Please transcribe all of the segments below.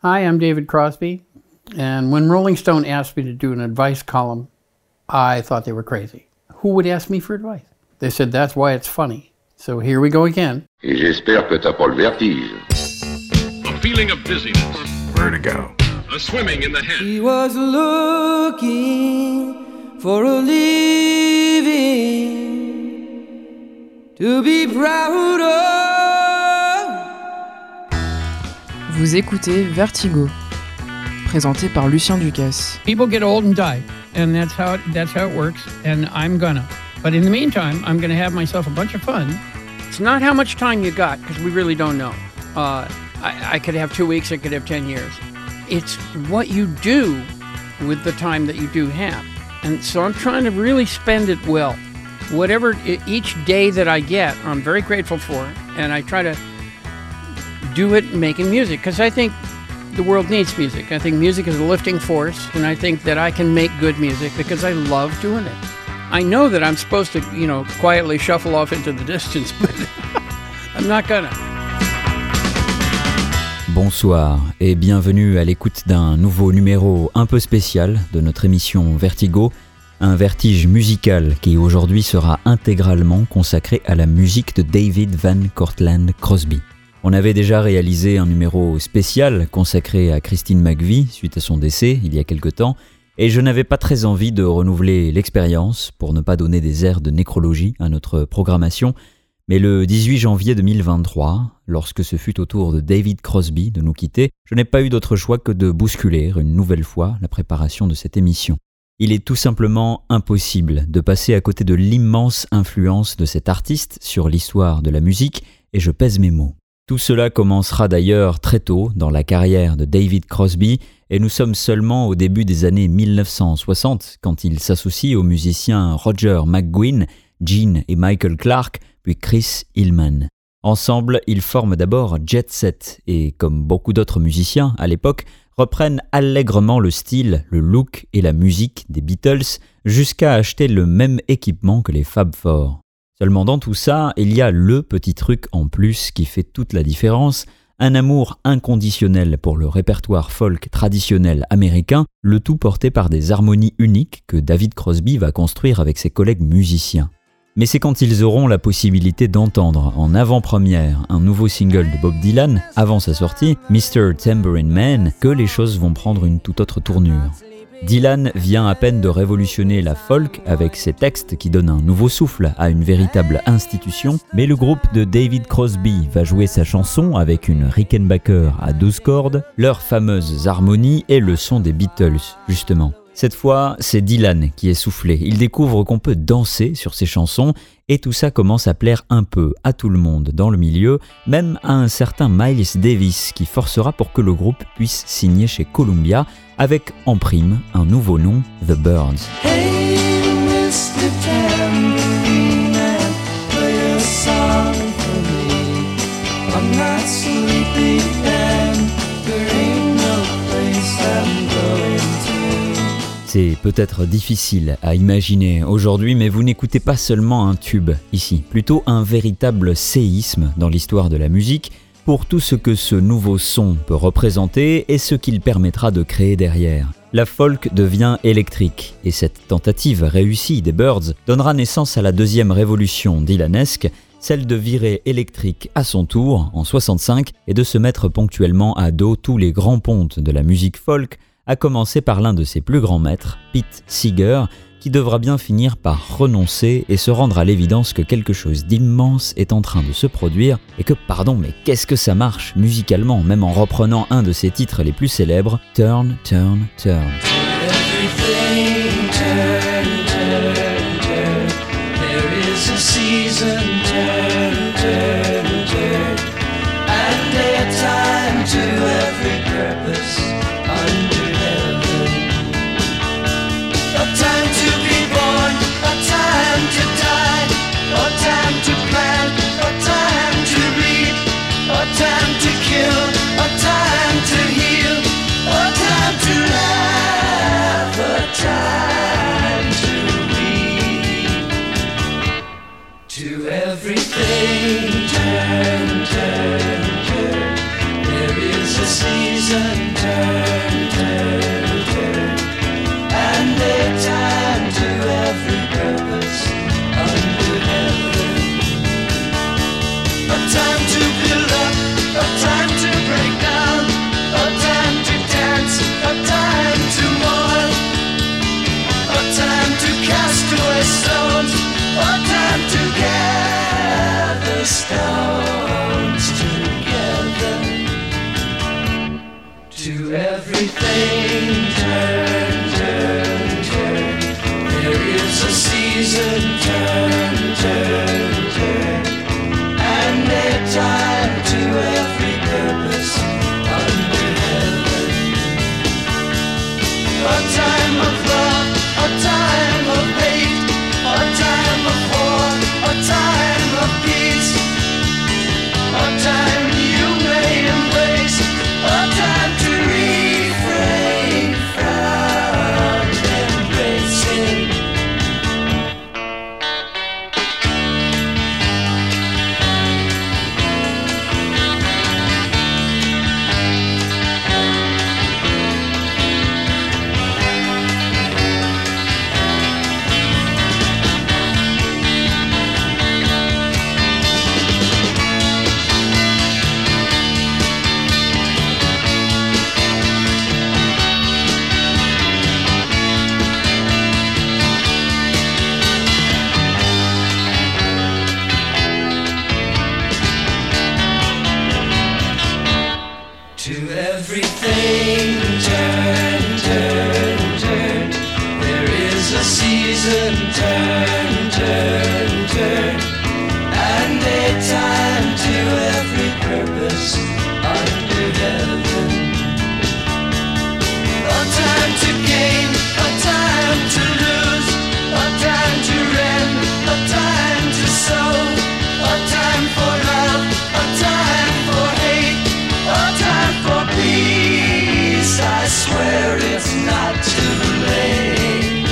Hi, I'm David Crosby, and when Rolling Stone asked me to do an advice column, I thought they were crazy. Who would ask me for advice? They said that's why it's funny. So here we go again. Et j'espère que t'as pas le vertige. A feeling of dizziness. Vertigo. A swimming in the head. He was looking for a living to be proud of. Vous écoutez Vertigo, présenté par Lucien Ducasse. People get old and die, and that's how it works, and I'm gonna. But in the meantime, I'm gonna have myself a bunch of fun. It's not how much time you got, because we really don't know. I could have 2 weeks, I could have 10 years. It's what you do with the time that you do have. And so I'm trying to really spend it well. Whatever, each day that I get, I'm very grateful for, and I try to do it making music, because I think the world needs music. I think music is a lifting force, and I think that I can make good music because I love doing it. I know that I'm supposed to, quietly shuffle off into the distance, but I'm not gonna. Bonsoir et bienvenue à l'écoute d'un nouveau numéro un peu spécial de notre émission Vertigo, un vertige musical qui aujourd'hui sera intégralement consacré à la musique de David Van Cortlandt Crosby. On avait déjà réalisé un numéro spécial consacré à Christine McVie suite à son décès il y a quelque temps, et je n'avais pas très envie de renouveler l'expérience pour ne pas donner des airs de nécrologie à notre programmation, mais le 18 janvier 2023, lorsque ce fut au tour de David Crosby de nous quitter, je n'ai pas eu d'autre choix que de bousculer une nouvelle fois la préparation de cette émission. Il est tout simplement impossible de passer à côté de l'immense influence de cet artiste sur l'histoire de la musique, et je pèse mes mots. Tout cela commencera d'ailleurs très tôt dans la carrière de David Crosby, et nous sommes seulement au début des années 1960 quand il s'associe aux musiciens Roger McGuinn, Gene et Michael Clarke, puis Chris Hillman. Ensemble, ils forment d'abord Jet Set et, comme beaucoup d'autres musiciens à l'époque, reprennent allègrement le style, le look et la musique des Beatles jusqu'à acheter le même équipement que les Fab Four. Seulement dans tout ça, il y a le petit truc en plus qui fait toute la différence, un amour inconditionnel pour le répertoire folk traditionnel américain, le tout porté par des harmonies uniques que David Crosby va construire avec ses collègues musiciens. Mais c'est quand ils auront la possibilité d'entendre en avant-première un nouveau single de Bob Dylan, avant sa sortie, Mr. Tambourine Man, que les choses vont prendre une toute autre tournure. Dylan vient à peine de révolutionner la folk avec ses textes qui donnent un nouveau souffle à une véritable institution, mais le groupe de David Crosby va jouer sa chanson avec une Rickenbacker à 12 cordes, leurs fameuses harmonies et le son des Beatles, justement. Cette fois, c'est Dylan qui est soufflé. Il découvre qu'on peut danser sur ses chansons et tout ça commence à plaire un peu à tout le monde dans le milieu, même à un certain Miles Davis qui forcera pour que le groupe puisse signer chez Columbia avec en prime un nouveau nom, The Byrds. Hey, Mr. Tambourine Man, play a song for me. I'm not sleepy and there ain't no place I'm going to. C'est peut-être difficile à imaginer aujourd'hui, mais vous n'écoutez pas seulement un tube ici, plutôt un véritable séisme dans l'histoire de la musique pour tout ce que ce nouveau son peut représenter et ce qu'il permettra de créer derrière. La folk devient électrique, et cette tentative réussie des Byrds donnera naissance à la deuxième révolution dylanesque, celle de virer électrique à son tour en 65 et de se mettre ponctuellement à dos tous les grands pontes de la musique folk, à commencer par l'un de ses plus grands maîtres, Pete Seeger, qui devra bien finir par renoncer et se rendre à l'évidence que quelque chose d'immense est en train de se produire et que, mais qu'est-ce que ça marche musicalement, même en reprenant un de ses titres les plus célèbres, Turn, Turn, Turn. Everything turn, turn, turn. There is a season, turn, turn, turn. And a time to every purpose under heaven. A time to be born, a time to die, a time to plan, a time to read, a time to kill, a time to heal, a time to laugh, a time to weep. To To everything, turn, turn, turn. There is a season, turn, turn, turn. And a time to every purpose under heaven. A time of love, a time of hate, a time of war, a time of peace. A time you may embrace, a time to refrain from embracing. To everything, turn, turn, turn. There is a season, turn, turn, turn. And a time to every purpose under heaven. A time to gain, a time to lose, a time to rend, a time to sow, a time for love, a time for hate, a time for peace. I swear it's not too late.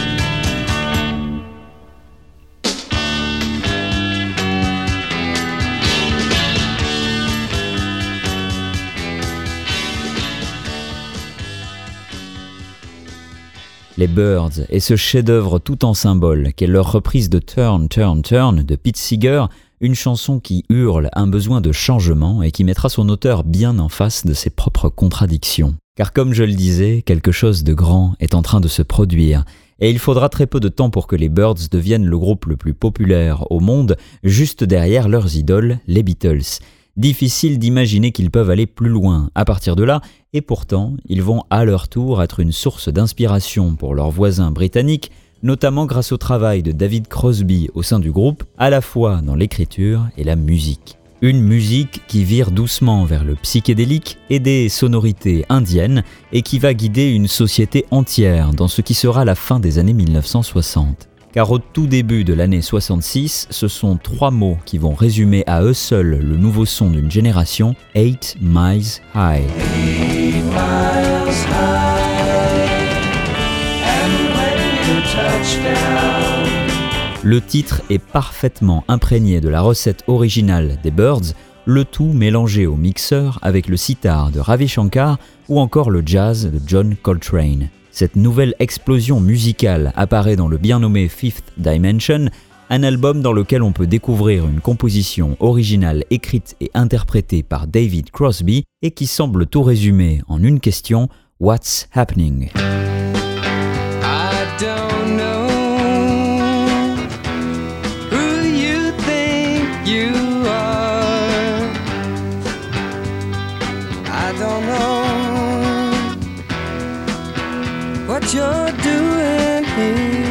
Les Byrds et ce chef-d'œuvre tout en symbole qu'est leur reprise de Turn, Turn, Turn de Pete Seeger, une chanson qui hurle un besoin de changement et qui mettra son auteur bien en face de ses propres contradictions. Car comme je le disais, quelque chose de grand est en train de se produire et il faudra très peu de temps pour que les Byrds deviennent le groupe le plus populaire au monde, juste derrière leurs idoles, les Beatles. Difficile d'imaginer qu'ils peuvent aller plus loin à partir de là, et pourtant, ils vont à leur tour être une source d'inspiration pour leurs voisins britanniques, notamment grâce au travail de David Crosby au sein du groupe, à la fois dans l'écriture et la musique. Une musique qui vire doucement vers le psychédélique et des sonorités indiennes et qui va guider une société entière dans ce qui sera la fin des années 1960. Car au tout début de l'année 66, ce sont 3 mots qui vont résumer à eux seuls le nouveau son d'une génération, 8 Miles High. 8 miles high, and when you touch down. Le titre est parfaitement imprégné de la recette originale des Byrds, le tout mélangé au mixeur avec le sitar de Ravi Shankar ou encore le jazz de John Coltrane. Cette nouvelle explosion musicale apparaît dans le bien nommé Fifth Dimension, un album dans lequel on peut découvrir une composition originale écrite et interprétée par David Crosby et qui semble tout résumer en une question: What's happening? I don't know who you think you are. I don't know what you're doing here.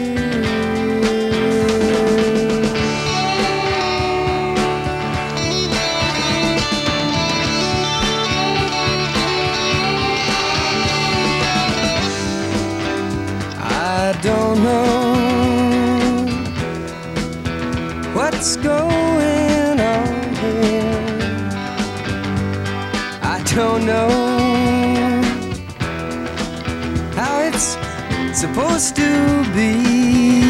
I don't know what's going on here. I don't know how it's supposed to be.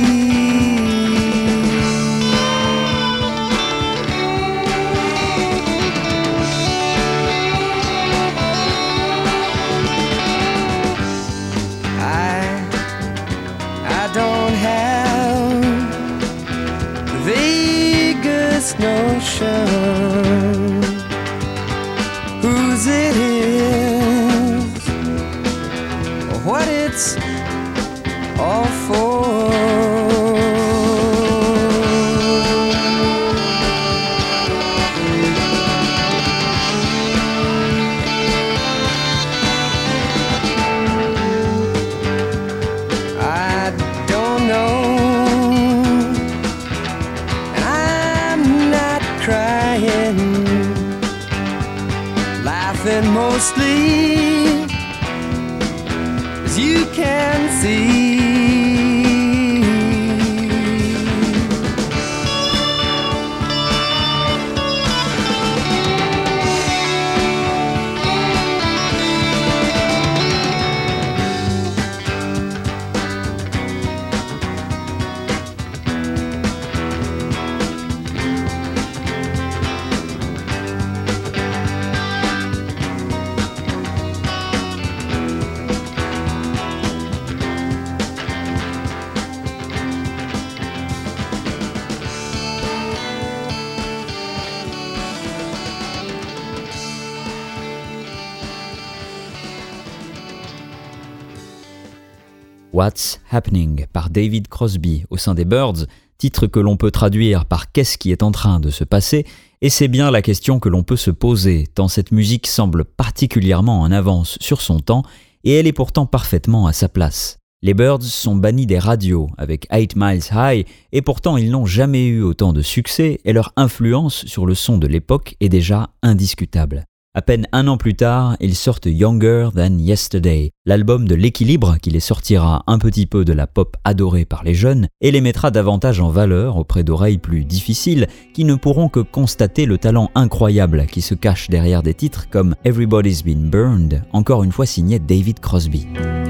I don't have the vaguest notion whose it is or what it's all for. mostly, as you can see. What's Happening par David Crosby au sein des Byrds, titre que l'on peut traduire par Qu'est-ce qui est en train de se passer, et c'est bien la question que l'on peut se poser, tant cette musique semble particulièrement en avance sur son temps, et elle est pourtant parfaitement à sa place. Les Byrds sont bannis des radios avec 8 Miles High, et pourtant ils n'ont jamais eu autant de succès, et leur influence sur le son de l'époque est déjà indiscutable. À peine un an plus tard, ils sortent Younger Than Yesterday, l'album de l'équilibre qui les sortira un petit peu de la pop adorée par les jeunes et les mettra davantage en valeur auprès d'oreilles plus difficiles qui ne pourront que constater le talent incroyable qui se cache derrière des titres comme Everybody's Been Burned, encore une fois signé David Crosby.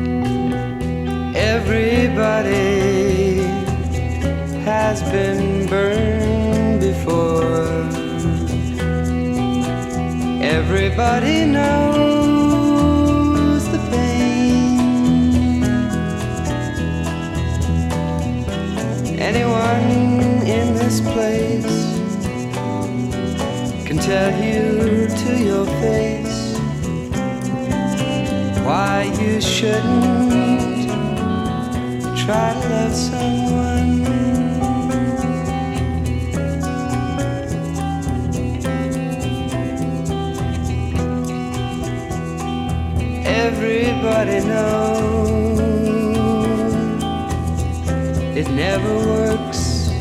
Everybody has been burned before. Everybody knows the pain. Anyone in this place can tell you to your face why you shouldn't try to love someone. Everybody knows it never works.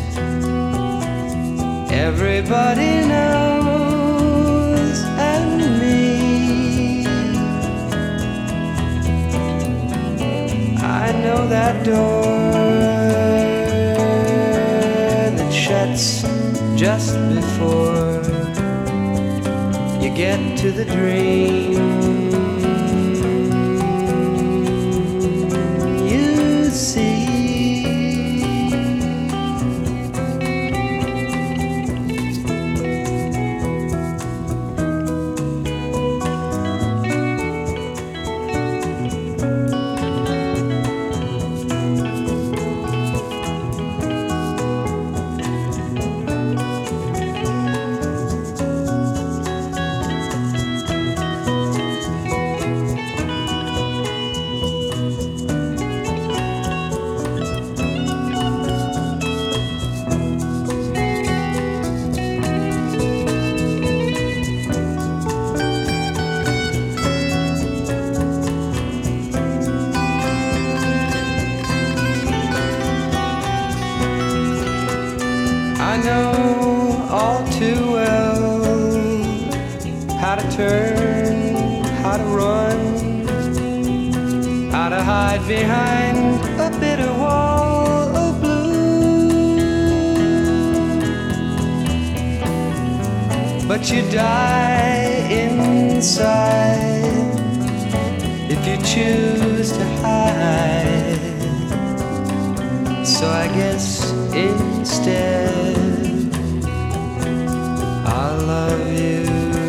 Everybody knows, and me. I know that door that shuts just before you get to the dream. I know all too well how to turn, how to run, how to hide behind a bitter wall of blue. But you die inside if you choose to hide. So I guess instead I love you.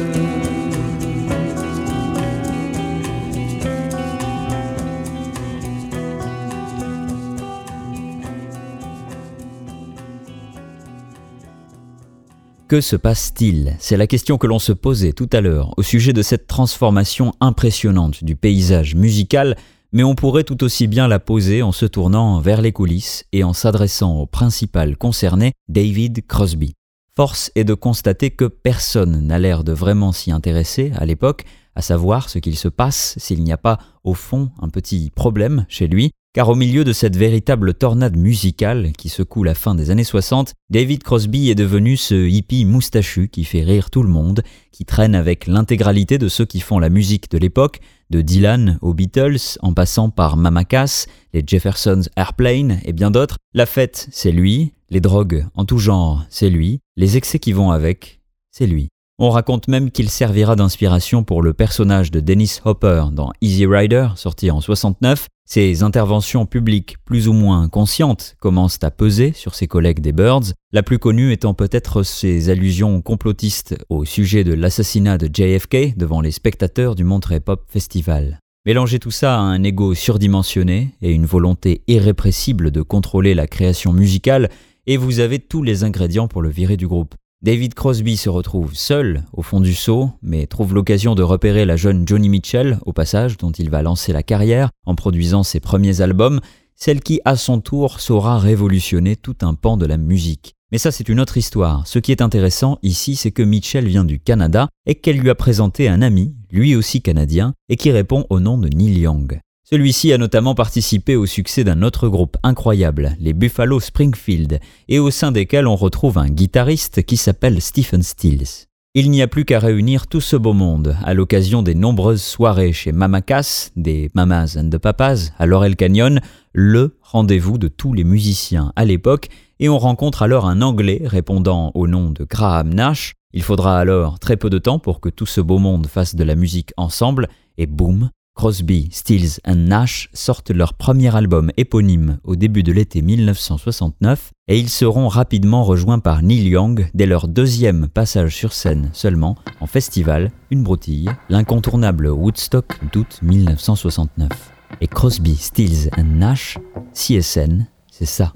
Que se passe-t-il ? C'est la question que l'on se posait tout à l'heure au sujet de cette transformation impressionnante du paysage musical, mais on pourrait tout aussi bien la poser en se tournant vers les coulisses et en s'adressant au principal concerné, David Crosby. Force est de constater que personne n'a l'air de vraiment s'y intéresser à l'époque, à savoir ce qu'il se passe s'il n'y a pas, au fond, un petit problème chez lui. car au milieu de cette véritable tornade musicale qui secoue la fin des années 60, David Crosby est devenu ce hippie moustachu qui fait rire tout le monde, qui traîne avec l'intégralité de ceux qui font la musique de l'époque, de Dylan aux Beatles, en passant par Mama Cass, les Jeffersons Airplane et bien d'autres. La fête, c'est lui, les drogues en tout genre, c'est lui, les excès qui vont avec, c'est lui. On raconte même qu'il servira d'inspiration pour le personnage de Dennis Hopper dans Easy Rider, sorti en 69. Ses interventions publiques plus ou moins conscientes commencent à peser sur ses collègues des Byrds, la plus connue étant peut-être ses allusions complotistes au sujet de l'assassinat de JFK devant les spectateurs du Monterey Pop Festival. Mélangez tout ça à un ego surdimensionné et une volonté irrépressible de contrôler la création musicale, et vous avez tous les ingrédients pour le virer du groupe. David Crosby se retrouve seul au fond du seau, mais trouve l'occasion de repérer la jeune Joni Mitchell, au passage, dont il va lancer la carrière en produisant ses premiers albums, celle qui, à son tour, saura révolutionner tout un pan de la musique. Mais ça, c'est une autre histoire. Ce qui est intéressant ici, c'est que Mitchell vient du Canada et qu'elle lui a présenté un ami, lui aussi canadien, et qui répond au nom de Neil Young. Celui-ci a notamment participé au succès d'un autre groupe incroyable, les Buffalo Springfield, et au sein desquels on retrouve un guitariste qui s'appelle Stephen Stills. Il n'y a plus qu'à réunir tout ce beau monde à l'occasion des nombreuses soirées chez Mama Cass, des Mamas and the Papas, à Laurel Canyon, le rendez-vous de tous les musiciens à l'époque, et on rencontre alors un Anglais répondant au nom de Graham Nash. Il faudra alors très peu de temps pour que tout ce beau monde fasse de la musique ensemble, et boum, Crosby, Stills and Nash sortent leur premier album éponyme au début de l'été 1969 et ils seront rapidement rejoints par Neil Young dès leur deuxième passage sur scène seulement en festival, une broutille, l'incontournable Woodstock d'août 1969. Et Crosby, Stills and Nash, CSN, c'est ça.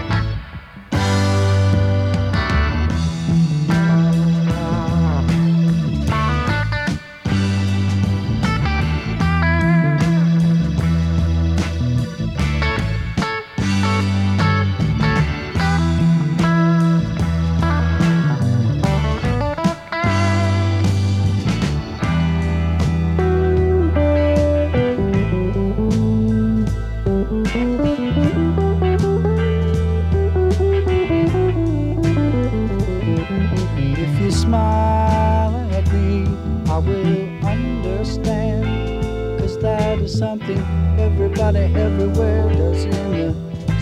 Something everybody everywhere does in the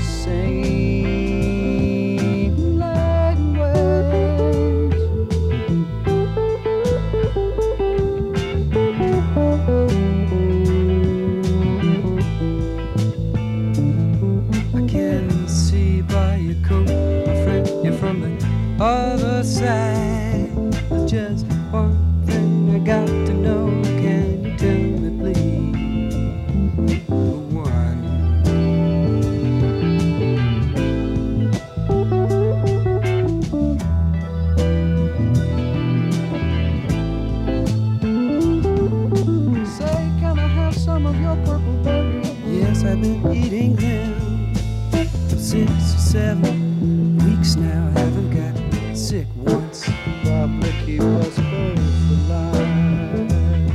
same language. I can see by your coat, my friend, you're from the other side. There's just one thing I got to know. Can you tell me, please? I've been eating them for 6 or 7 weeks now. I haven't got sick once. Probably keep us both alive.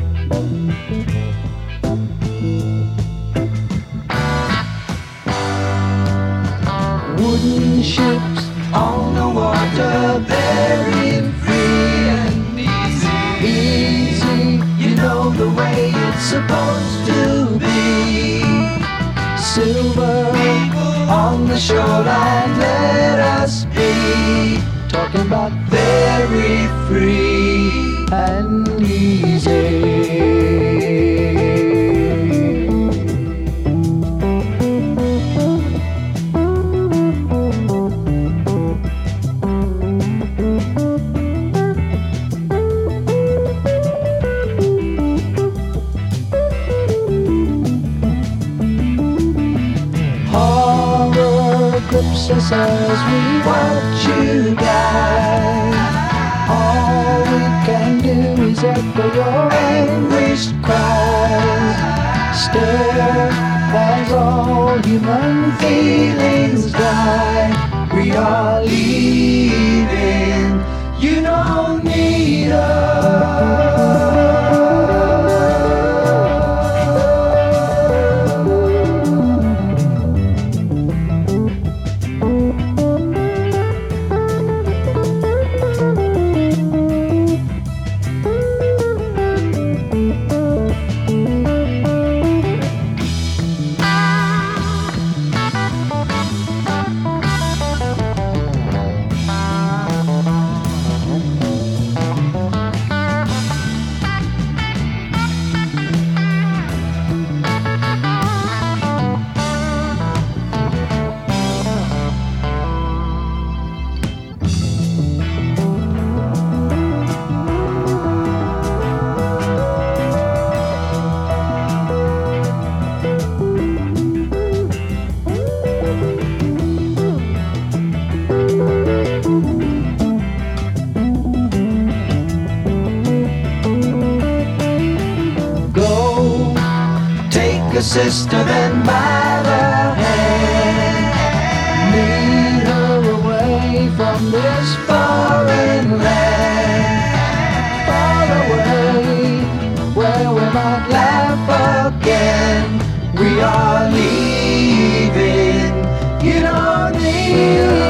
Wooden ships on the water, very free and easy. Easy, you know the way it's supposed to be. Silver on the shoreline, let us be talking about very free and easy. Grips us as we watch you die. All we can do is echo your anguished cries. Stare as all human feelings die. We are leaving, you don't need us. a sister, then by the hand, lead her away from this foreign land, far away, where we might laugh again. We are leaving, you don't need.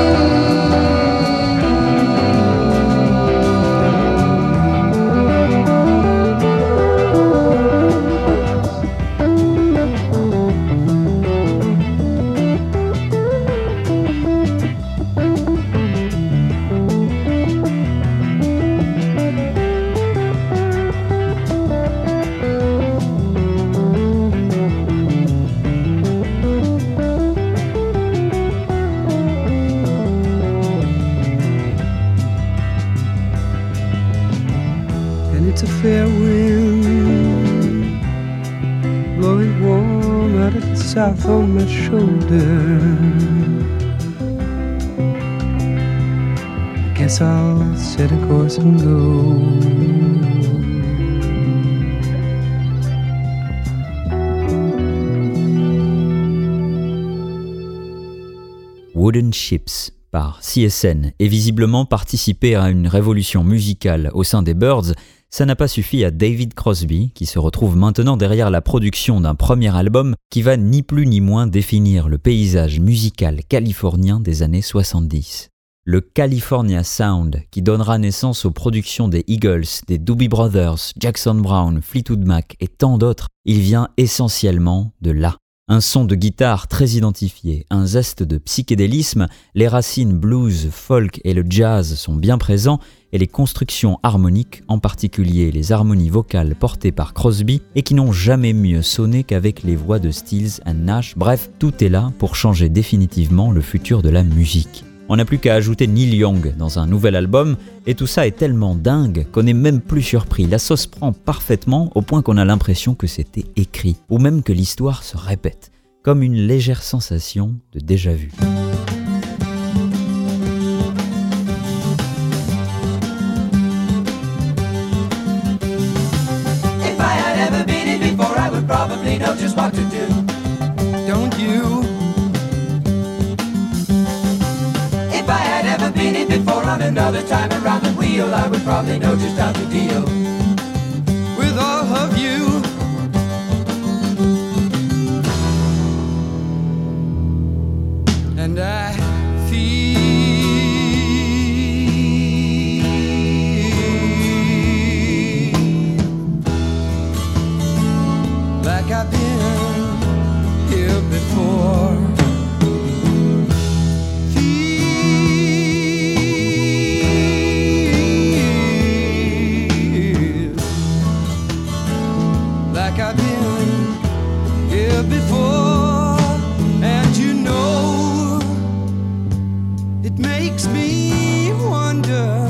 Fair wind blowing warm out of the south on my shoulder. I guess I'll set a course and go. Wooden Ships par CSN et visiblement participer à une révolution musicale au sein des Byrds. Ça n'a pas suffi à David Crosby, qui se retrouve maintenant derrière la production d'un premier album qui va ni plus ni moins définir le paysage musical californien des années 70. Le California Sound, qui donnera naissance aux productions des Eagles, des Doobie Brothers, Jackson Browne, Fleetwood Mac et tant d'autres, il vient essentiellement de là. Un son de guitare très identifié, un zeste de psychédélisme, les racines blues, folk et le jazz sont bien présents et les constructions harmoniques, en particulier les harmonies vocales portées par Crosby et qui n'ont jamais mieux sonné qu'avec les voix de Stills et Nash. Bref, tout est là pour changer définitivement le futur de la musique. On n'a plus qu'à ajouter Neil Young dans un nouvel album et tout ça est tellement dingue qu'on n'est même plus surpris. La sauce prend parfaitement au point qu'on a l'impression que c'était écrit ou même que l'histoire se répète, comme une légère sensation de déjà-vu. If I had ever been it before, I would probably know just what to do. Don't you? If I had ever been it before on another time around the wheel, I would probably know just how to deal with all of you. And I feel like I've been here before. Like I've been here before, and you know, it makes me wonder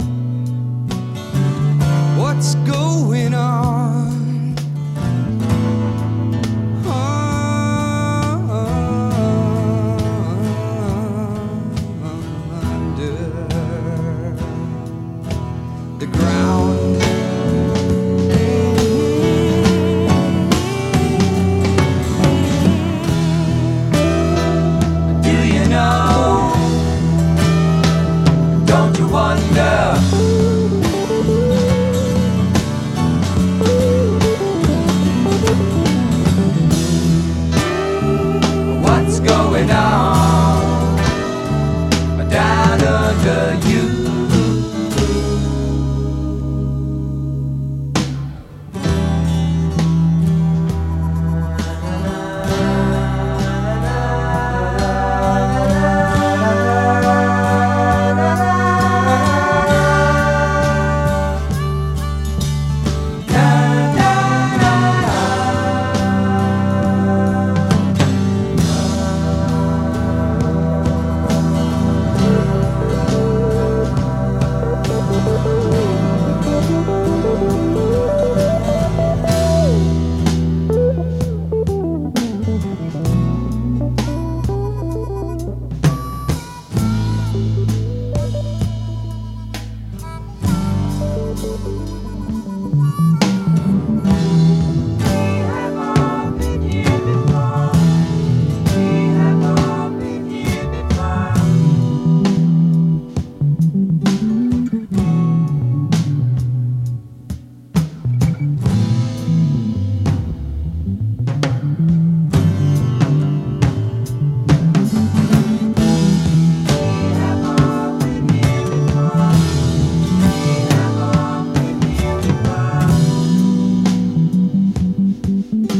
what's going on. Under the ground.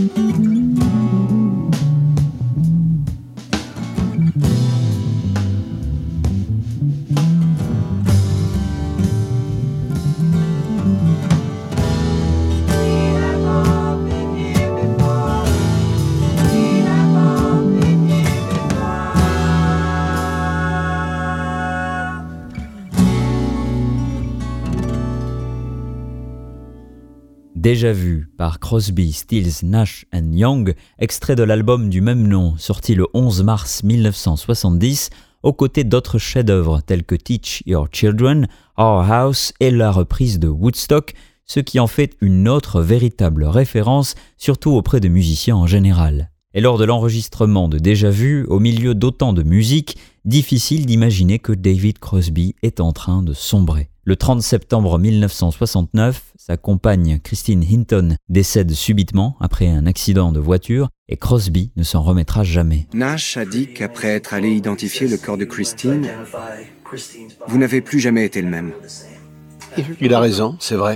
Déjà vu par Crosby, Stills, Nash & Young, extrait de l'album du même nom sorti le 11 mars 1970, aux côtés d'autres chefs-d'œuvre tels que Teach Your Children, Our House et la reprise de Woodstock, ce qui en fait une autre véritable référence, surtout auprès de musiciens en général. Et lors de l'enregistrement de Déjà Vu, au milieu d'autant de musique, difficile d'imaginer que David Crosby est en train de sombrer. Le 30 septembre 1969, sa compagne Christine Hinton décède subitement après un accident de voiture et Crosby ne s'en remettra jamais. Nash a dit qu'après être allé identifier le corps de Christine, vous n'avez plus jamais été le même. Il a raison, c'est vrai.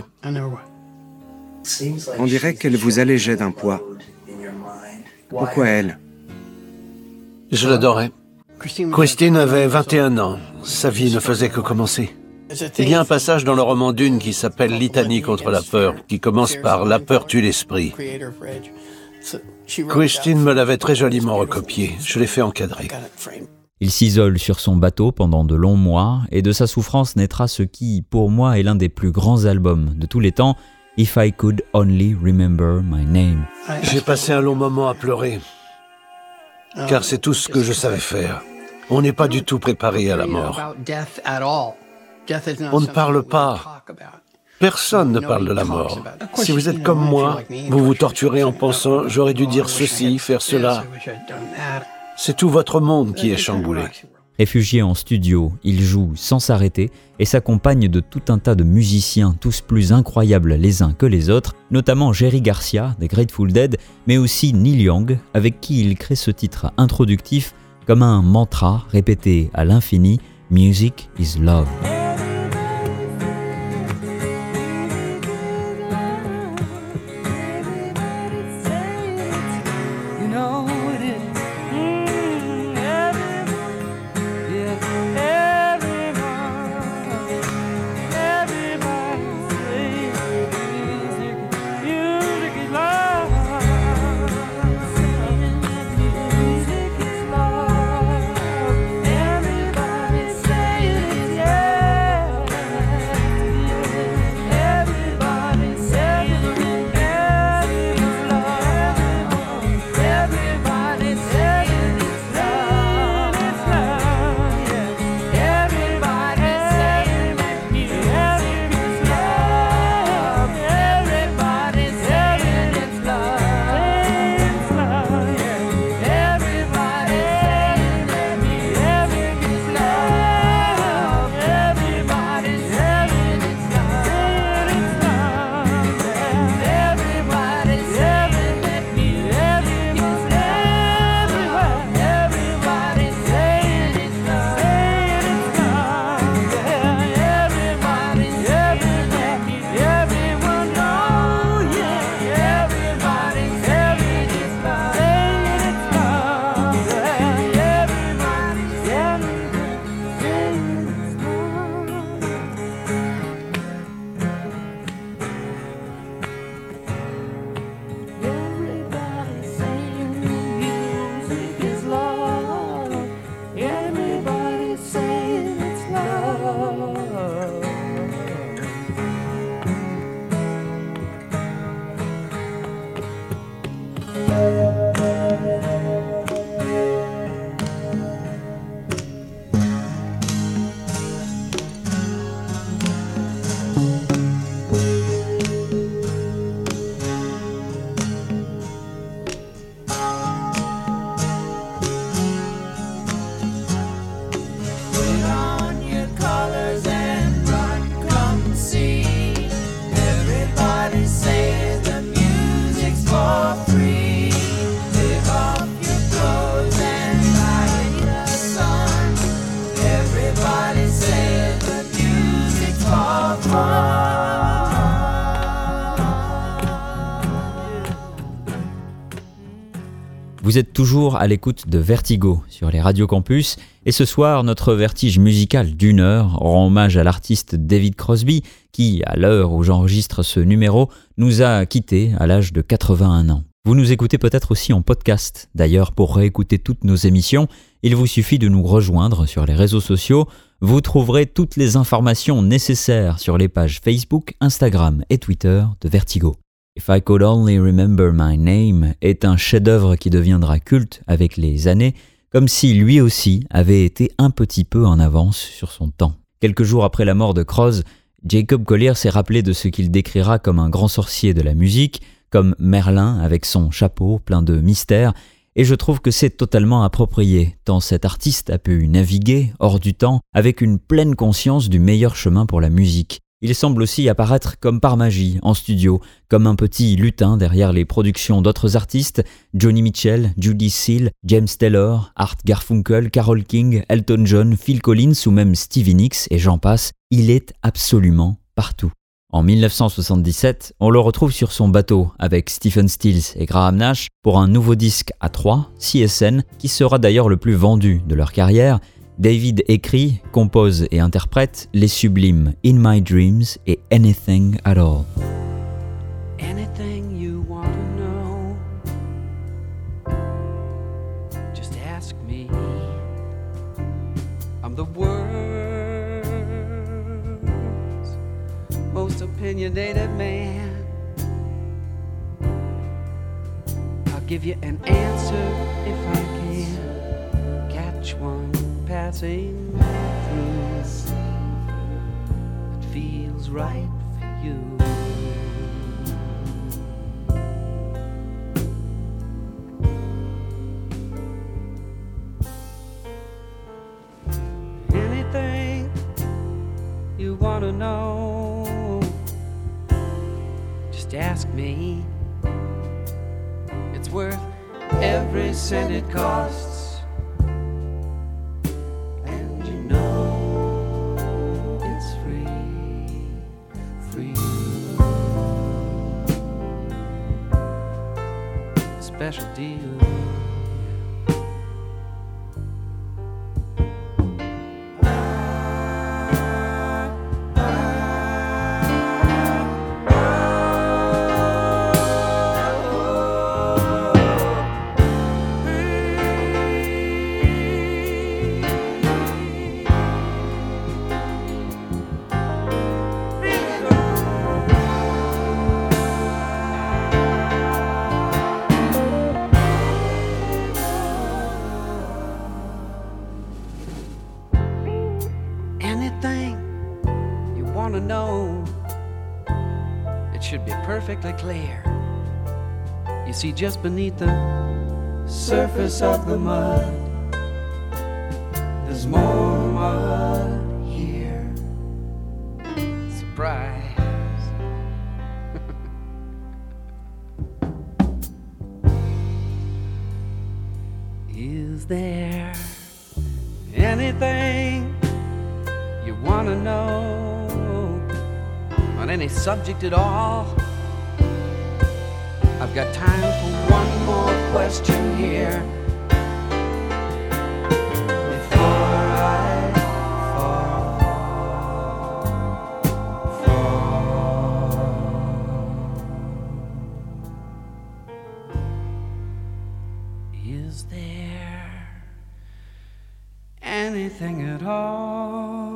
On dirait qu'elle vous allégeait d'un poids. Pourquoi elle ? Je l'adorais. Christine avait 21 ans. Sa vie ne faisait que commencer. Il y a un passage dans le roman Dune qui s'appelle « Litanie contre la peur », qui commence par « La peur tue l'esprit ». Christine me l'avait très joliment recopié. Je l'ai fait encadrer. Il s'isole sur son bateau pendant de longs mois et de sa souffrance naîtra ce qui, pour moi, est l'un des plus grands albums de tous les temps, « If I Could Only Remember My Name ». J'ai passé un long moment à pleurer, car c'est tout ce que je savais faire. On n'est pas du tout préparé à la mort. On ne parle pas. Personne ne parle de la mort. Si vous êtes comme moi, vous vous torturez en pensant « j'aurais dû dire ceci, faire cela ». C'est tout votre monde qui est chamboulé. Réfugié en studio, il joue sans s'arrêter et s'accompagne de tout un tas de musiciens, tous plus incroyables les uns que les autres, notamment Jerry Garcia des Grateful Dead, mais aussi Neil Young, avec qui il crée ce titre introductif comme un mantra répété à l'infini « Music is love ». Yeah. Vous êtes toujours à l'écoute de Vertigo sur les radios campus et ce soir, notre vertige musical d'1 heure rend hommage à l'artiste David Crosby qui, à l'heure où j'enregistre ce numéro, nous a quittés à l'âge de 81 ans. Vous nous écoutez peut-être aussi en podcast. D'ailleurs, pour réécouter toutes nos émissions, il vous suffit de nous rejoindre sur les réseaux sociaux. Vous trouverez toutes les informations nécessaires sur les pages Facebook, Instagram et Twitter de Vertigo. If I Could Only Remember My Name est un chef-d'œuvre qui deviendra culte avec les années, comme si lui aussi avait été un petit peu en avance sur son temps. Quelques jours après la mort de Cross, Jacob Collier s'est rappelé de ce qu'il décrira comme un grand sorcier de la musique, comme Merlin avec son chapeau plein de mystères, et je trouve que c'est totalement approprié, tant cet artiste a pu naviguer hors du temps avec une pleine conscience du meilleur chemin pour la musique. Il semble aussi apparaître comme par magie en studio, comme un petit lutin derrière les productions d'autres artistes, Joni Mitchell, Judy Seal, James Taylor, Art Garfunkel, Carole King, Elton John, Phil Collins ou même Stevie Nicks et j'en passe, il est absolument partout. En 1977, on le retrouve sur son bateau avec Stephen Stills et Graham Nash pour un nouveau disque à 3, CSN, qui sera d'ailleurs le plus vendu de leur carrière. David écrit, compose et interprète les sublimes In My Dreams et Anything at All. Anything you want to know, just ask me. I'm the world's most opinionated man. I'll give you an answer if I can catch one passing through. It feels right for you. Anything you want to know, just ask me. It's worth every cent it costs. Special deal. Perfectly clear. You see, just beneath the surface of the mud, there's more mud here. Surprise. Is there anything you want to know on any subject at all? I've got time for one more question here before I fall. Is there anything at all?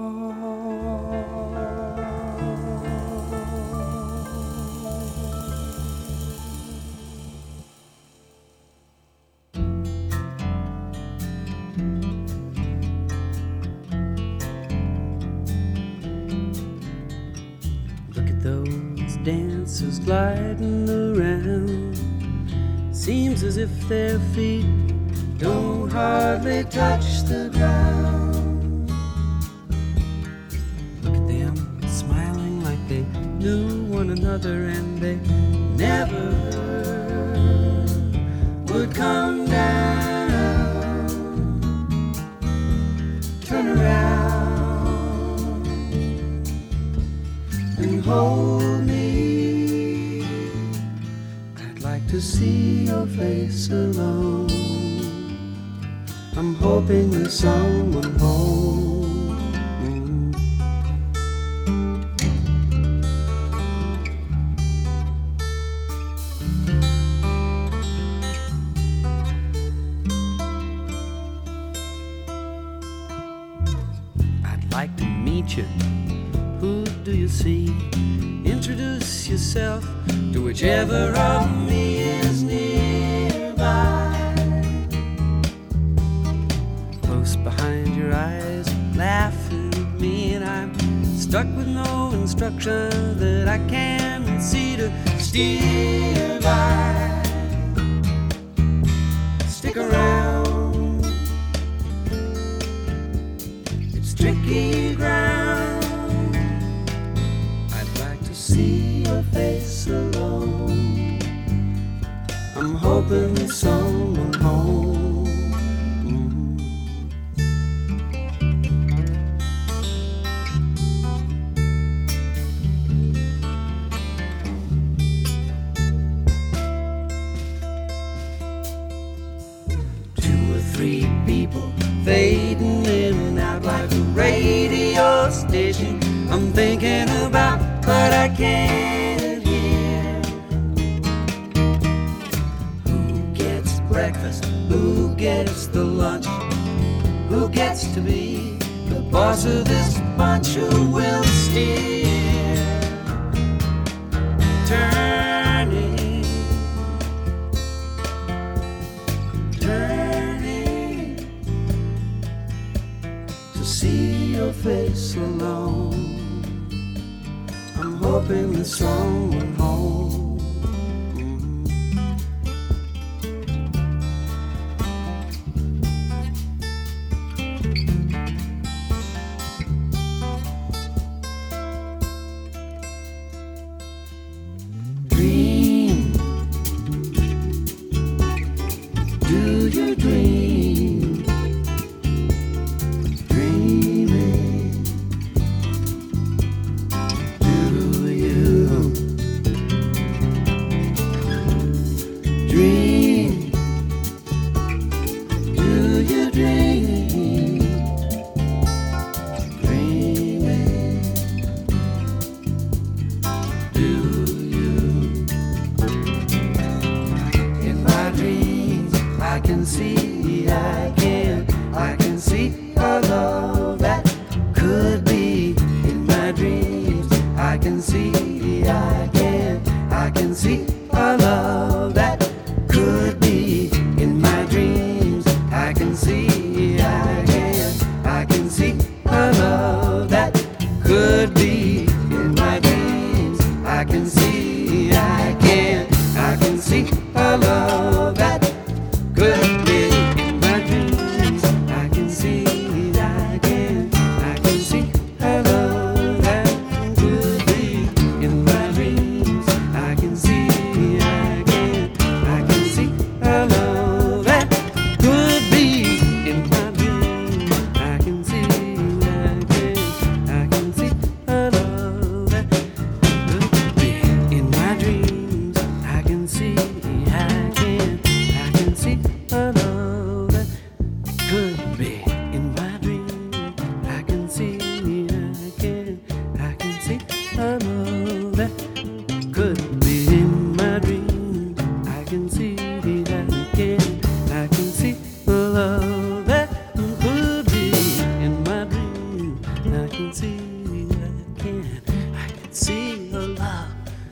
Dancers gliding around, seems as if their feet don't hardly touch the ground. Look at them smiling like they knew one another and they never would come down. Turn around and hold me. I'd like to see your face. face alone. I'm hoping there's someone home. I'd like to meet you. Who do you see? Introduce yourself to whichever of me is nearby. Close behind your eyes, laughing at me, and I'm stuck with no instruction that I can see to steer by. Stick around, it's tricky ground. I'd like to see your face alone. I'm hoping there's someone home. 3 people fading in and out like a radio station. I'm thinking about what I can't hear. Who gets breakfast? Who gets the lunch? Who gets to be the boss of this bunch? Who will steer? Turning, turning to see your face alone. I'm hoping there's someone home. Dream, do you dream? Dreaming, do you dream? Do you dream? Dreaming, do you? In my dreams I can see, I can see a love that could be. In my dreams I can see, I can see a love that could be. In my dreams I can see, I can see a love that could be. In my dreams I can see, I can see a love that could be. In my dreams I can see, I can see a love that could be. In my dreams I can see, I can see a love that could be. In my dreams I can see, I can see a love that could be. In my dreams I can see, I can see a love that could be. In my dreams I can see, I can see a love that could be. In my dreams I can see, I can see a love that could be. In my dreams I can see, I can see a love.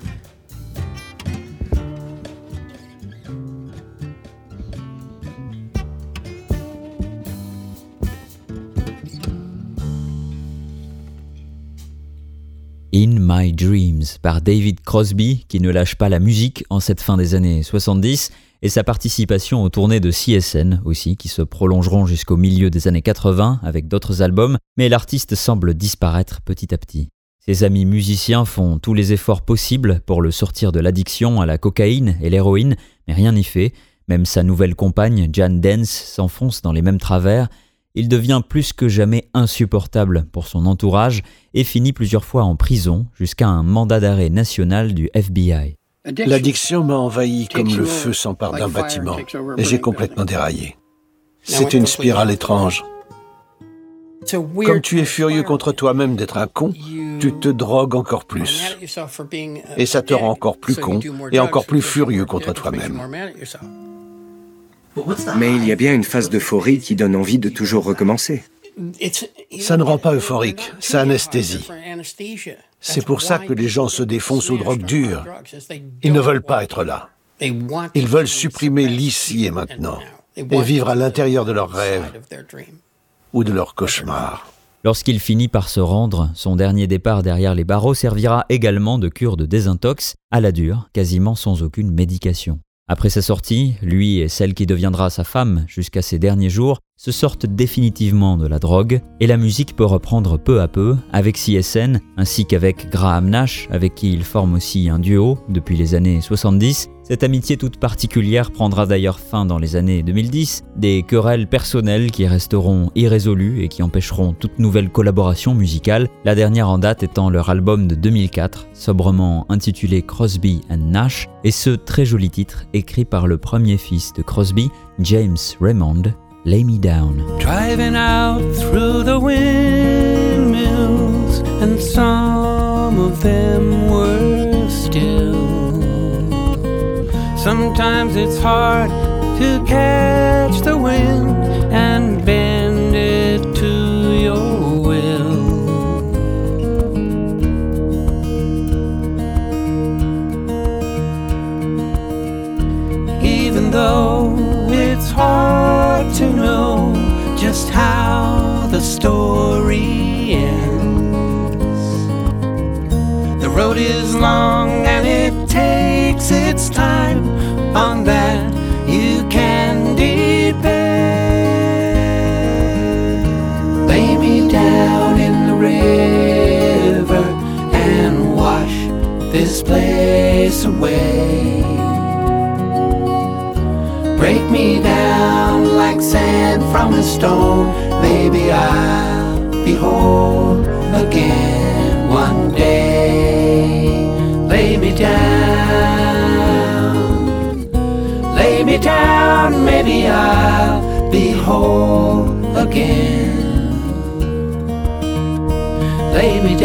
In My Dreams par David Crosby, qui ne lâche pas la musique en cette fin des années 70, et sa participation aux tournées de CSN aussi, qui se prolongeront jusqu'au milieu des années 80 avec d'autres albums, mais l'artiste semble disparaître petit à petit. Ses amis musiciens font tous les efforts possibles pour le sortir de l'addiction à la cocaïne et l'héroïne, mais rien n'y fait. Même sa nouvelle compagne, Jan Dance, s'enfonce dans les mêmes travers. Il devient plus que jamais insupportable pour son entourage et finit plusieurs fois en prison jusqu'à un mandat d'arrêt national du FBI. L'addiction m'a envahi comme le feu s'empare d'un bâtiment et j'ai complètement déraillé. C'est une spirale étrange. Comme tu es furieux contre toi-même d'être un con, tu te drogues encore plus. Et ça te rend encore plus con et encore plus furieux contre toi-même. Mais il y a bien une phase d'euphorie qui donne envie de toujours recommencer. Ça ne rend pas euphorique, ça anesthésie. C'est pour ça que les gens se défoncent aux drogues dures. Ils ne veulent pas être là. Ils veulent supprimer l'ici et maintenant et vivre à l'intérieur de leurs rêves ou de leurs cauchemars. Lorsqu'il finit par se rendre, son dernier départ derrière les barreaux servira également de cure de désintox, à la dure, quasiment sans aucune médication. Après sa sortie, lui et celle qui deviendra sa femme jusqu'à ses derniers jours se sortent définitivement de la drogue et la musique peut reprendre peu à peu avec CSN ainsi qu'avec Graham Nash avec qui il forme aussi un duo depuis les années 70. Cette amitié toute particulière prendra d'ailleurs fin dans les années 2010, des querelles personnelles qui resteront irrésolues et qui empêcheront toute nouvelle collaboration musicale, la dernière en date étant leur album de 2004, sobrement intitulé Crosby and Nash, et ce très joli titre écrit par le premier fils de Crosby, James Raymond, Lay Me Down. Driving out through the windmills, and some of them were still. Sometimes it's hard to catch the wind and bend it to your will. Even though it's hard to know just how the story ends, the road is long and it takes its time, on that you can depend. Lay me down in the river and wash this place away. Break me down like sand from a stone. Maybe I'll be whole again one day. Lay me down, lay me down. Maybe I'll be whole again. Lay me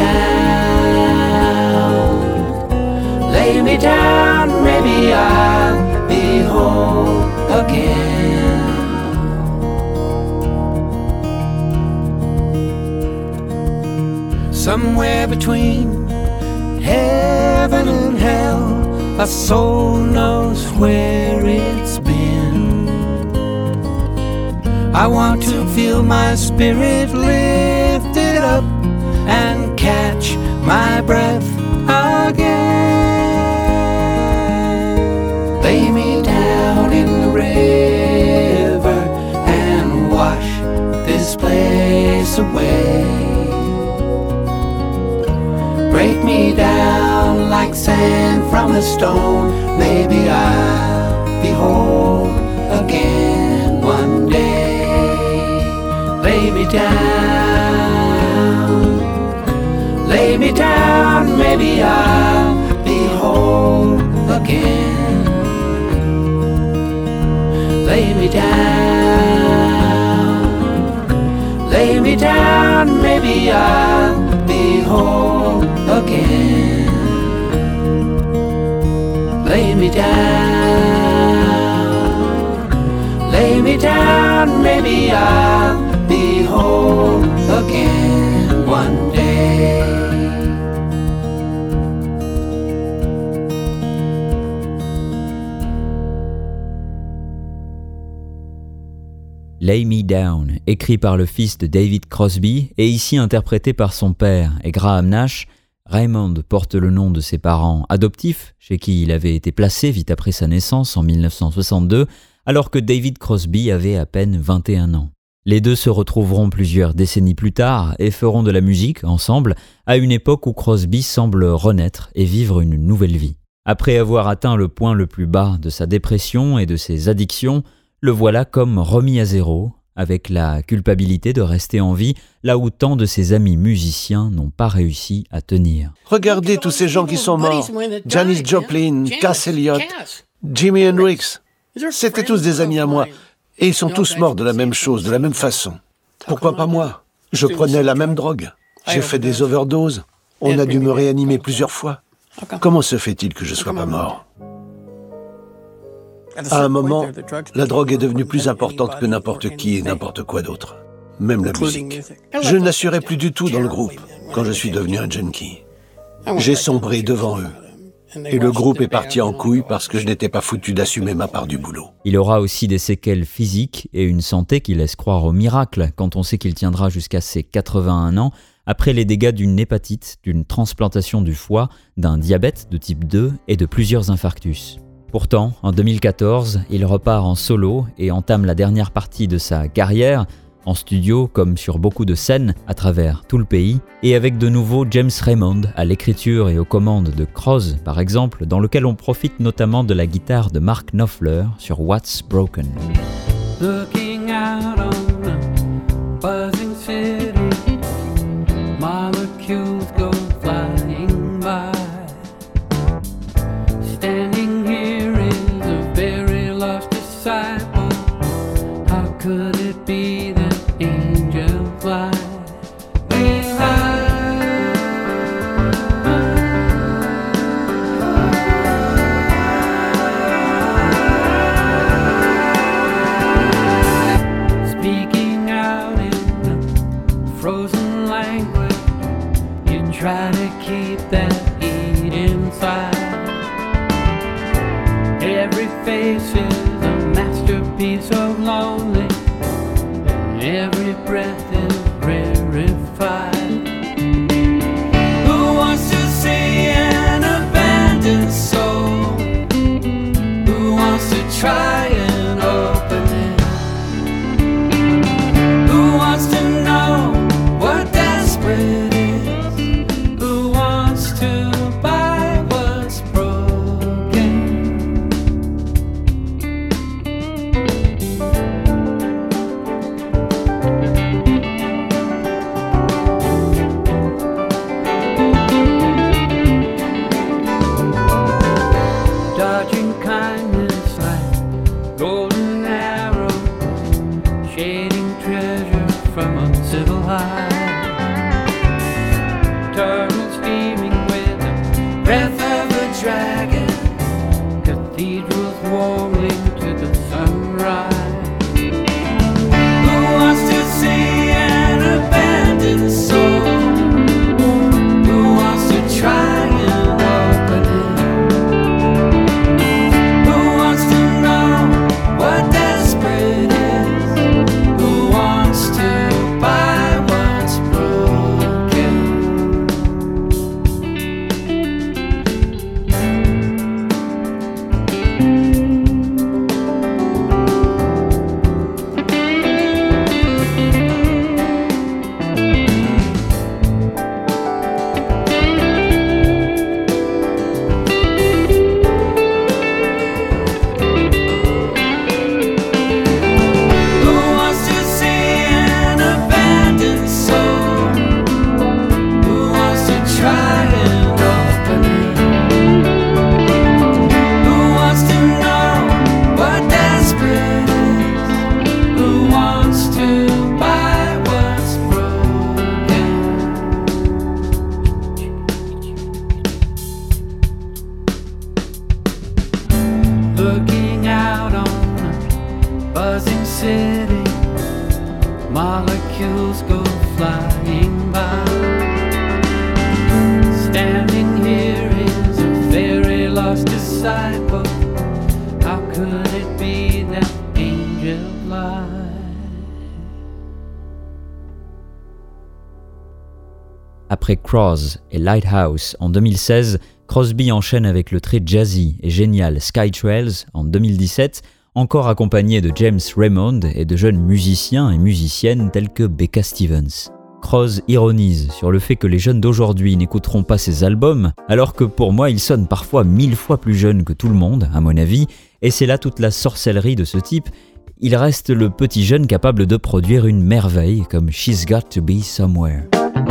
down, lay me down. Maybe I'll be whole again. Somewhere between heaven and hell, a soul knows where it's been. I want to feel my spirit lifted up and catch my breath again. Lay me down in the river and wash this place away. Break me down like sand from a stone. Maybe I'll be whole again one day. Lay me down, lay me down. Maybe I'll be whole again. Lay me down, lay me down. Maybe I'll be whole again. Lay me down, lay me down. Maybe I'll be whole again one day. Lay Me Down, écrit par le fils de David Crosby et ici interprété par son père et Graham Nash. Raymond porte le nom de ses parents adoptifs, chez qui il avait été placé vite après sa naissance en 1962, alors que David Crosby avait à peine 21 ans. Les deux se retrouveront plusieurs décennies plus tard et feront de la musique ensemble à une époque où Crosby semble renaître et vivre une nouvelle vie. Après avoir atteint le point le plus bas de sa dépression et de ses addictions, le voilà comme remis à zéro, avec la culpabilité de rester en vie là où tant de ses amis musiciens n'ont pas réussi à tenir. Regardez tous ces gens qui sont morts. Janis Joplin, Cass Elliot, Jimi Hendrix. C'étaient tous des amis à moi. Et ils sont tous morts de la même chose, de la même façon. Pourquoi pas moi? Je prenais la même drogue. J'ai fait des overdoses. On a dû me réanimer plusieurs fois. Comment se fait-il que je sois pas mort? À un moment, la drogue est devenue plus importante que n'importe qui et n'importe quoi d'autre. Même la musique. Je n'assurais plus du tout dans le groupe quand je suis devenu un junkie. J'ai sombré devant eux. Et le groupe est parti en couille parce que je n'étais pas foutu d'assumer ma part du boulot. Il aura aussi des séquelles physiques et une santé qui laisse croire au miracle quand on sait qu'il tiendra jusqu'à ses 81 ans après les dégâts d'une hépatite, d'une transplantation du foie, d'un diabète de type 2 et de plusieurs infarctus. Pourtant, en 2014, il repart en solo et entame la dernière partie de sa carrière, en studio comme sur beaucoup de scènes à travers tout le pays, et avec de nouveau James Raymond à l'écriture et aux commandes de Croz par exemple, dans lequel on profite notamment de la guitare de Mark Knopfler sur What's Broken. Looking out on a buzzing city, molecules go flying by. Standing here is a very lost disciple. How could it be that angels fly? We fly. Speaking out in a frozen language, you try to keep that heat inside. Every face is a masterpiece of lonely. Every breath is rarefied. Who wants to see an abandoned soul? Who wants to try and open it? Who wants to know what desperate is? Who wants to buy what's broken? Dodging kindness like golden arrow, shading treasure from uncivil high. Turtles steaming with the breath of a dragon, cathedrals warming to the sunrise. Who wants to see an abandoned soul? Who wants to try and open it? Who wants to know what desperate is? Who wants to buy what's broken? Who wants to see an abandoned soul? Who wants to try and open it? Who wants to know what desperate is? Who wants to buy what's broken? Looking out on a buzzing city, molecules go flying by. Standing here is a very lost disciple. How could it be that angel fly? Après Croz et Lighthouse en 2016, Crosby enchaîne avec le très jazzy et génial Sky Trails en 2017, encore accompagné de James Raymond et de jeunes musiciens et musiciennes tels que Becca Stevens. Croz ironise sur le fait que les jeunes d'aujourd'hui n'écouteront pas ses albums, alors que pour moi il sonne parfois 1000 fois plus jeune que tout le monde, à mon avis, et c'est là toute la sorcellerie de ce type. il reste le petit jeune capable de produire une merveille comme She's Got to Be Somewhere.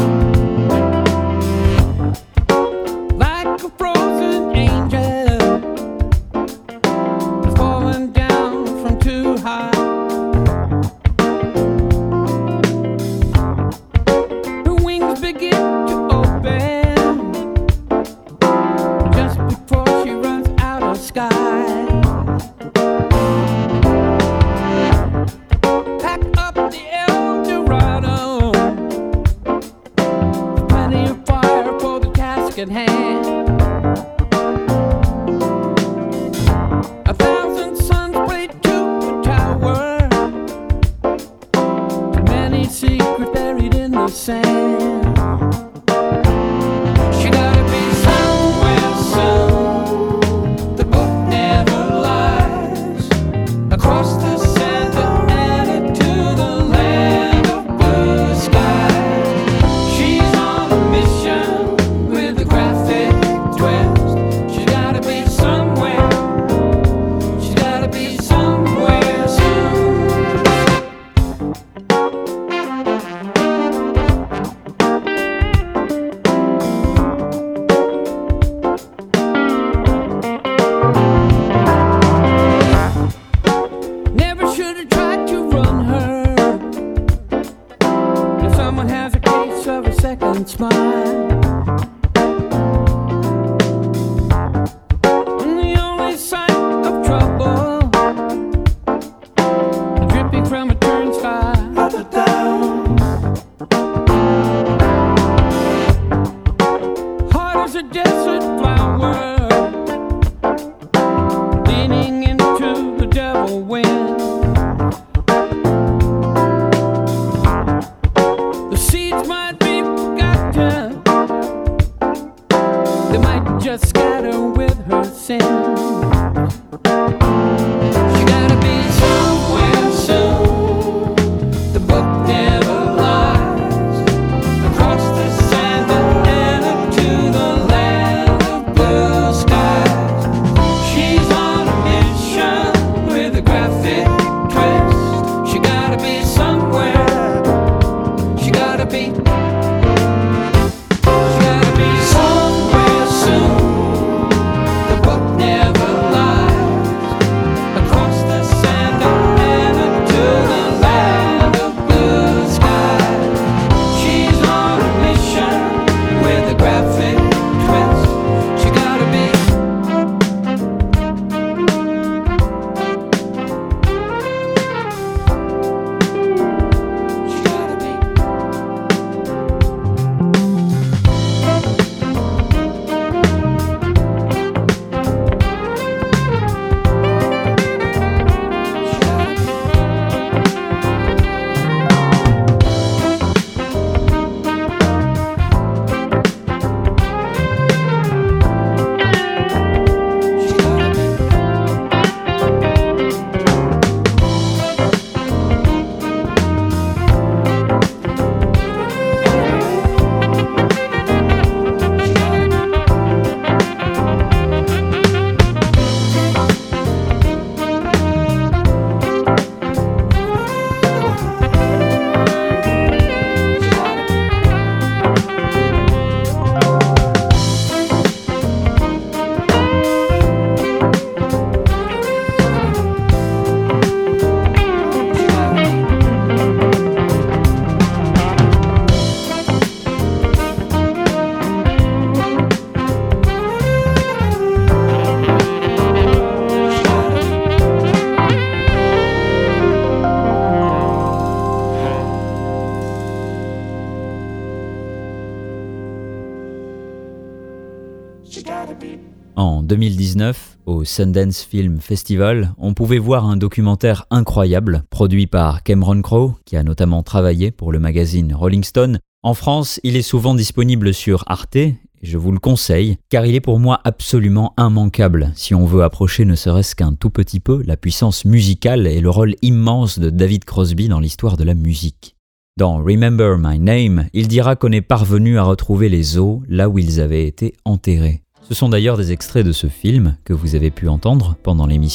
En 2019, au Sundance Film Festival, on pouvait voir un documentaire incroyable produit par Cameron Crowe, qui a notamment travaillé pour le magazine Rolling Stone. En France, il est souvent disponible sur Arte, et je vous le conseille, car il est pour moi absolument immanquable si on veut approcher ne serait-ce qu'un tout petit peu la puissance musicale et le rôle immense de David Crosby dans l'histoire de la musique. Dans Remember My Name, il dira qu'on est parvenu à retrouver les os là où ils avaient été enterrés. Ce sont d'ailleurs des extraits de ce film que vous avez pu entendre pendant l'émission.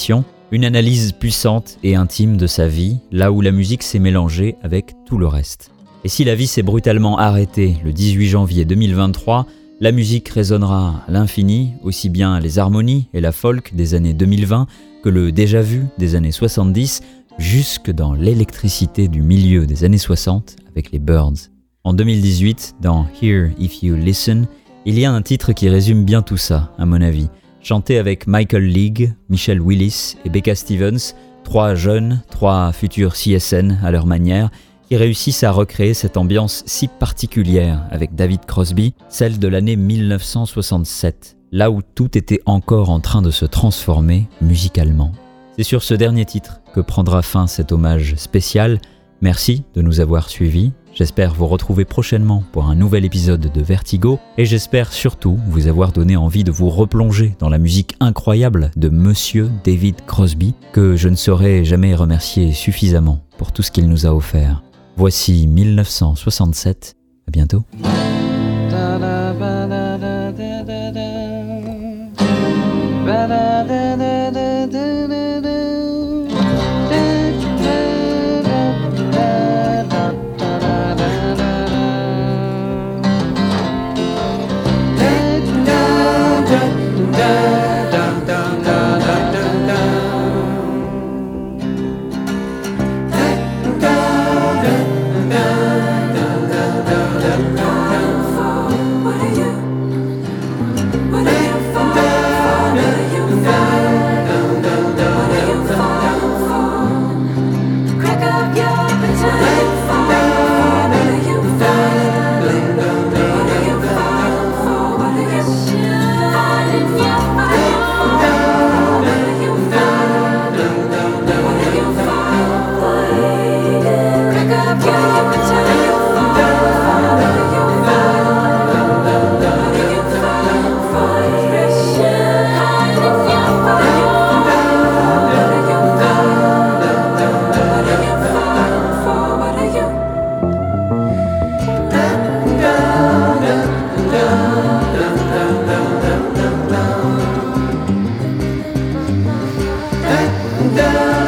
Une analyse puissante et intime de sa vie, là où la musique s'est mélangée avec tout le reste. Et si la vie s'est brutalement arrêtée le 18 janvier 2023, la musique résonnera à l'infini, aussi bien les harmonies et la folk des années 2020 que le déjà-vu des années 70, jusque dans l'électricité du milieu des années 60 avec les Byrds. En 2018, dans Here If You Listen, il y a un titre qui résume bien tout ça, à mon avis. Chanté avec Michael League, Michelle Willis et Becca Stevens, 3 jeunes, 3 futurs CSN à leur manière, qui réussissent à recréer cette ambiance si particulière avec David Crosby, celle de l'année 1967, là où tout était encore en train de se transformer musicalement. C'est sur ce dernier titre que prendra fin cet hommage spécial. Merci de nous avoir suivis. J'espère vous retrouver prochainement pour un nouvel épisode de Vertigo et j'espère surtout vous avoir donné envie de vous replonger dans la musique incroyable de Monsieur David Crosby que je ne saurais jamais remercier suffisamment pour tout ce qu'il nous a offert. Voici 1967. À bientôt. down.